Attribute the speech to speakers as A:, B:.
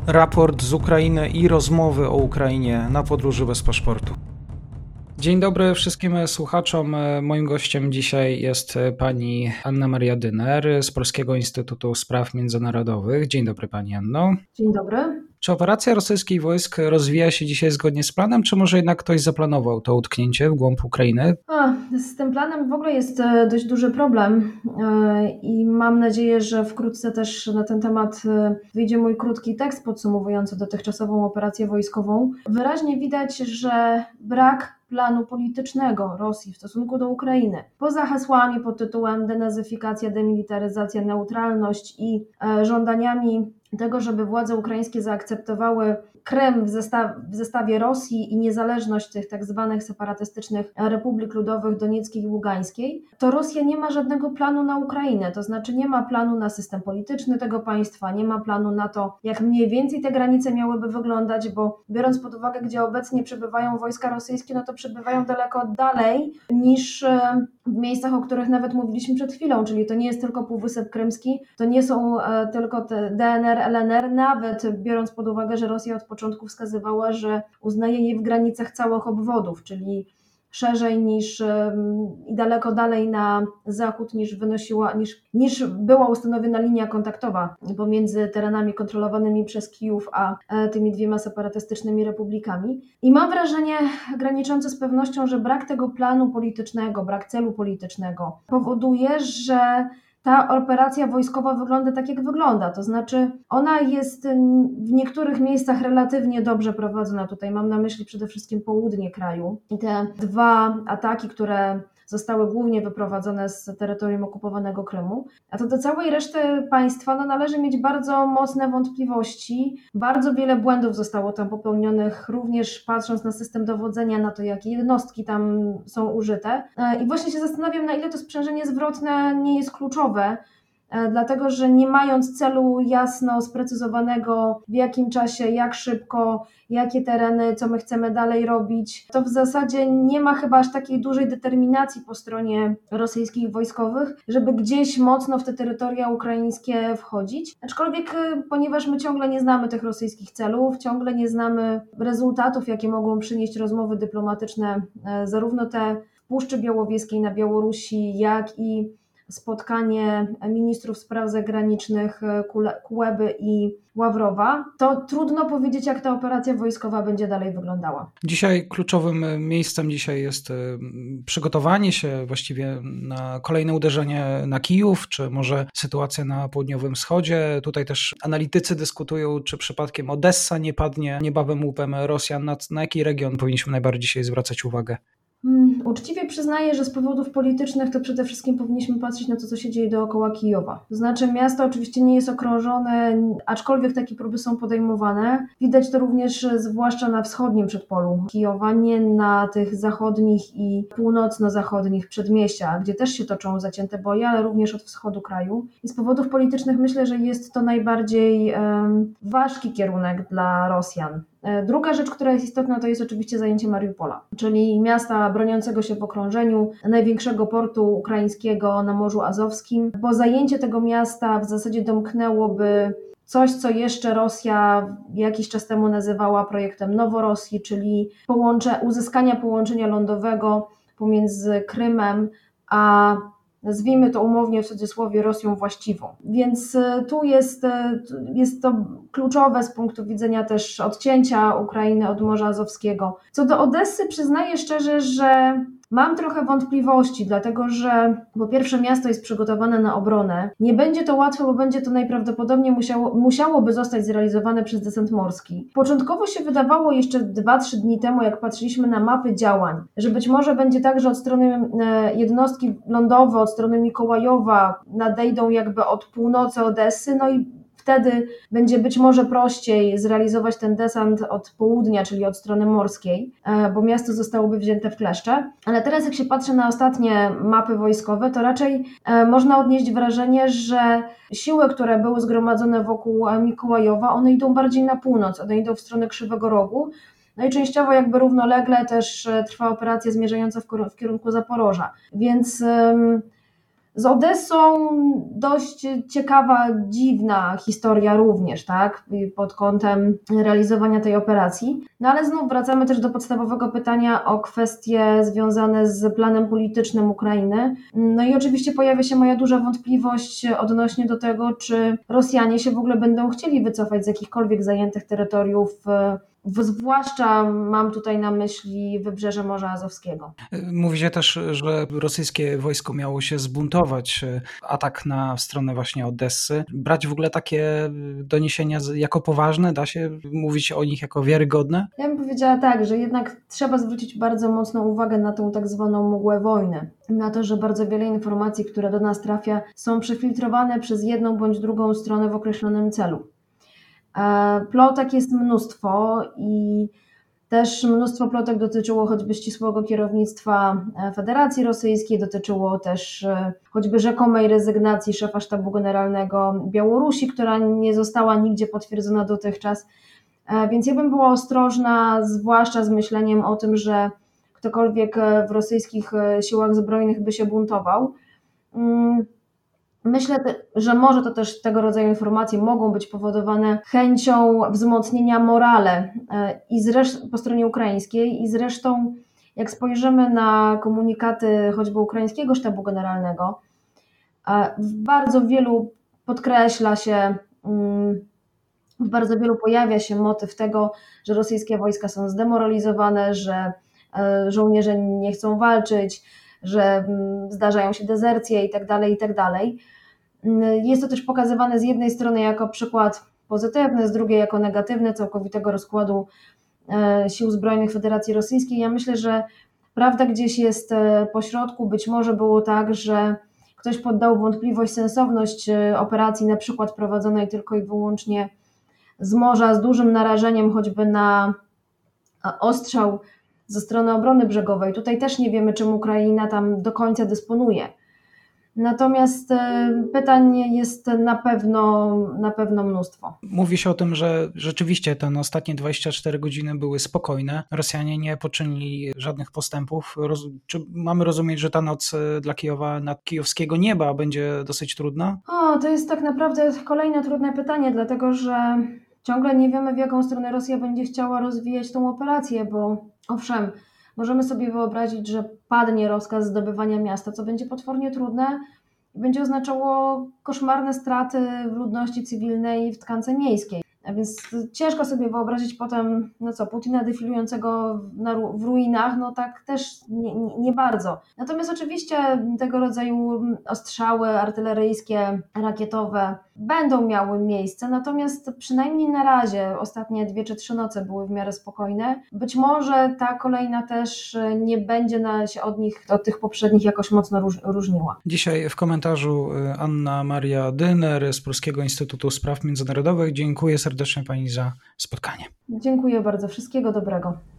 A: Raport z Ukrainy i rozmowy o Ukrainie na podróży bez paszportu. Dzień dobry wszystkim słuchaczom. Moim gościem dzisiaj jest pani Anna Maria Dyner z Polskiego Instytutu Spraw Międzynarodowych. Dzień dobry pani Anno.
B: Dzień dobry.
A: Czy operacja rosyjskich wojsk rozwija się dzisiaj zgodnie z planem, czy może jednak ktoś zaplanował to utknięcie w głąb Ukrainy?
B: Z tym planem w ogóle jest dość duży problem i mam nadzieję, że wkrótce też na ten temat wyjdzie mój krótki tekst podsumowujący dotychczasową operację wojskową. Wyraźnie widać, że brak planu politycznego Rosji w stosunku do Ukrainy. Poza hasłami pod tytułem denazyfikacja, demilitaryzacja, neutralność i żądaniami tego, żeby władze ukraińskie zaakceptowały Krym w zestawie Rosji i niezależność tych tak zwanych separatystycznych republik ludowych Donieckiej i Ługańskiej, to Rosja nie ma żadnego planu na Ukrainę, to znaczy nie ma planu na system polityczny tego państwa, nie ma planu na to, jak mniej więcej te granice miałyby wyglądać, bo biorąc pod uwagę, gdzie obecnie przebywają wojska rosyjskie, no to przebywają daleko dalej niż w miejscach, o których nawet mówiliśmy przed chwilą, czyli to nie jest tylko Półwysep Krymski, to nie są tylko te DNR, LNR, nawet biorąc pod uwagę, że Rosja od początku wskazywała, że uznaje je w granicach całych obwodów, czyli szerzej i daleko dalej na zachód niż była ustanowiona linia kontaktowa pomiędzy terenami kontrolowanymi przez Kijów a tymi dwiema separatystycznymi republikami. I mam wrażenie graniczące z pewnością, że brak tego planu politycznego, brak celu politycznego powoduje, że ta operacja wojskowa wygląda tak, jak wygląda, to znaczy ona jest w niektórych miejscach relatywnie dobrze prowadzona, tutaj mam na myśli przede wszystkim południe kraju i te dwa ataki, które zostały głównie wyprowadzone z terytorium okupowanego Krymu, a to do całej reszty państwa należy mieć bardzo mocne wątpliwości. Bardzo wiele błędów zostało tam popełnionych, również patrząc na system dowodzenia, na to, jakie jednostki tam są użyte. I właśnie się zastanawiam, na ile to sprzężenie zwrotne nie jest kluczowe, dlatego że nie mając celu jasno sprecyzowanego, w jakim czasie, jak szybko, jakie tereny, co my chcemy dalej robić, to w zasadzie nie ma chyba aż takiej dużej determinacji po stronie rosyjskich wojskowych, żeby gdzieś mocno w te terytoria ukraińskie wchodzić. Aczkolwiek, ponieważ my ciągle nie znamy tych rosyjskich celów, ciągle nie znamy rezultatów, jakie mogą przynieść rozmowy dyplomatyczne, zarówno te w Puszczy Białowieskiej na Białorusi, jak i spotkanie ministrów spraw zagranicznych Kuleby i Ławrowa, to trudno powiedzieć, jak ta operacja wojskowa będzie dalej wyglądała.
A: Dzisiaj kluczowym miejscem jest przygotowanie się właściwie na kolejne uderzenie na Kijów, czy może sytuacja na południowym wschodzie. Tutaj też analitycy dyskutują, czy przypadkiem Odessa nie padnie niebawem łupem Rosjan. Na jaki region powinniśmy najbardziej dzisiaj zwracać uwagę?
B: Uczciwie przyznaję, że z powodów politycznych to przede wszystkim powinniśmy patrzeć na to, co się dzieje dookoła Kijowa. To znaczy miasto oczywiście nie jest okrążone, aczkolwiek takie próby są podejmowane. Widać to również zwłaszcza na wschodnim przedpolu Kijowa, nie na tych zachodnich i północno-zachodnich przedmieściach, gdzie też się toczą zacięte boje, ale również od wschodu kraju. I z powodów politycznych myślę, że jest to najbardziej ważki kierunek dla Rosjan. Druga rzecz, która jest istotna, to jest oczywiście zajęcie Mariupola, czyli miasta broniącego się w okrążeniu, największego portu ukraińskiego na Morzu Azowskim, bo zajęcie tego miasta w zasadzie domknęłoby coś, co jeszcze Rosja jakiś czas temu nazywała projektem Noworosji, czyli uzyskania połączenia lądowego pomiędzy Krymem a, nazwijmy to umownie w cudzysłowie, Rosją właściwą. Więc tu jest to kluczowe z punktu widzenia też odcięcia Ukrainy od Morza Azowskiego. Co do Odessy, przyznaję szczerze, że mam trochę wątpliwości, dlatego że po pierwsze miasto jest przygotowane na obronę. Nie będzie to łatwe, bo będzie to najprawdopodobniej musiałoby zostać zrealizowane przez desant morski. Początkowo się wydawało jeszcze 2-3 dni temu, jak patrzyliśmy na mapy działań, że być może będzie tak, że od strony jednostki lądowe, od strony Mikołajowa nadejdą jakby od północy Odessy, no i wtedy będzie być może prościej zrealizować ten desant od południa, czyli od strony morskiej, bo miasto zostałoby wzięte w kleszcze. Ale teraz jak się patrzy na ostatnie mapy wojskowe, to raczej można odnieść wrażenie, że siły, które były zgromadzone wokół Mikołajowa, one idą bardziej na północ, one idą w stronę Krzywego Rogu. No i częściowo jakby równolegle też trwa operacja zmierzająca w kierunku Zaporoża. Więc Z Odessą dość ciekawa, dziwna historia również, tak, pod kątem realizowania tej operacji. No ale znów wracamy też do podstawowego pytania o kwestie związane z planem politycznym Ukrainy. No i oczywiście pojawia się moja duża wątpliwość odnośnie do tego, czy Rosjanie się w ogóle będą chcieli wycofać z jakichkolwiek zajętych terytoriów, zwłaszcza mam tutaj na myśli wybrzeże Morza Azowskiego.
A: Mówi się też, że rosyjskie wojsko miało się zbuntować, atak w stronę właśnie Odessy. Brać w ogóle takie doniesienia jako poważne? Da się mówić o nich jako wiarygodne?
B: Ja bym powiedziała tak, że jednak trzeba zwrócić bardzo mocną uwagę na tą tak zwaną mgłę wojny. Na to, że bardzo wiele informacji, które do nas trafia, są przefiltrowane przez jedną bądź drugą stronę w określonym celu. Plotek jest mnóstwo i też mnóstwo plotek dotyczyło choćby ścisłego kierownictwa Federacji Rosyjskiej, dotyczyło też choćby rzekomej rezygnacji szefa sztabu generalnego Białorusi, która nie została nigdzie potwierdzona dotychczas. Więc ja bym była ostrożna, zwłaszcza z myśleniem o tym, że ktokolwiek w rosyjskich siłach zbrojnych by się buntował. Myślę, że może to też tego rodzaju informacje mogą być powodowane chęcią wzmocnienia morale po stronie ukraińskiej i zresztą jak spojrzymy na komunikaty choćby ukraińskiego sztabu generalnego, w bardzo wielu podkreśla się, w bardzo wielu pojawia się motyw tego, że rosyjskie wojska są zdemoralizowane, że żołnierze nie chcą walczyć, że zdarzają się dezercje itd., itd. Jest to też pokazywane z jednej strony jako przykład pozytywny, z drugiej jako negatywny całkowitego rozkładu sił zbrojnych Federacji Rosyjskiej. Ja myślę, że prawda gdzieś jest pośrodku. Być może było tak, że ktoś poddał wątpliwość sensowność operacji na przykład prowadzonej tylko i wyłącznie z morza, z dużym narażeniem choćby na ostrzał ze strony obrony brzegowej. Tutaj też nie wiemy, czym Ukraina tam do końca dysponuje. Natomiast pytań jest na pewno mnóstwo.
A: Mówi się o tym, że rzeczywiście te ostatnie 24 godziny były spokojne. Rosjanie nie poczynili żadnych postępów. Czy mamy rozumieć, że ta noc dla Kijowa nad kijowskiego nieba będzie dosyć trudna?
B: To jest tak naprawdę kolejne trudne pytanie, dlatego że ciągle nie wiemy, w jaką stronę Rosja będzie chciała rozwijać tą operację, bo owszem, możemy sobie wyobrazić, że padnie rozkaz zdobywania miasta, co będzie potwornie trudne i będzie oznaczało koszmarne straty w ludności cywilnej w tkance miejskiej. A więc ciężko sobie wyobrazić potem, Putina defilującego w ruinach, tak też nie bardzo. Natomiast oczywiście tego rodzaju ostrzały artyleryjskie, rakietowe będą miały miejsce, natomiast przynajmniej na razie ostatnie 2 czy 3 noce były w miarę spokojne. Być może ta kolejna też nie będzie się od tych poprzednich jakoś mocno różniła.
A: Dzisiaj w komentarzu Anna Maria Dyner z Polskiego Instytutu Spraw Międzynarodowych. Dziękuję serdecznie Pani za spotkanie.
B: Dziękuję bardzo. Wszystkiego dobrego.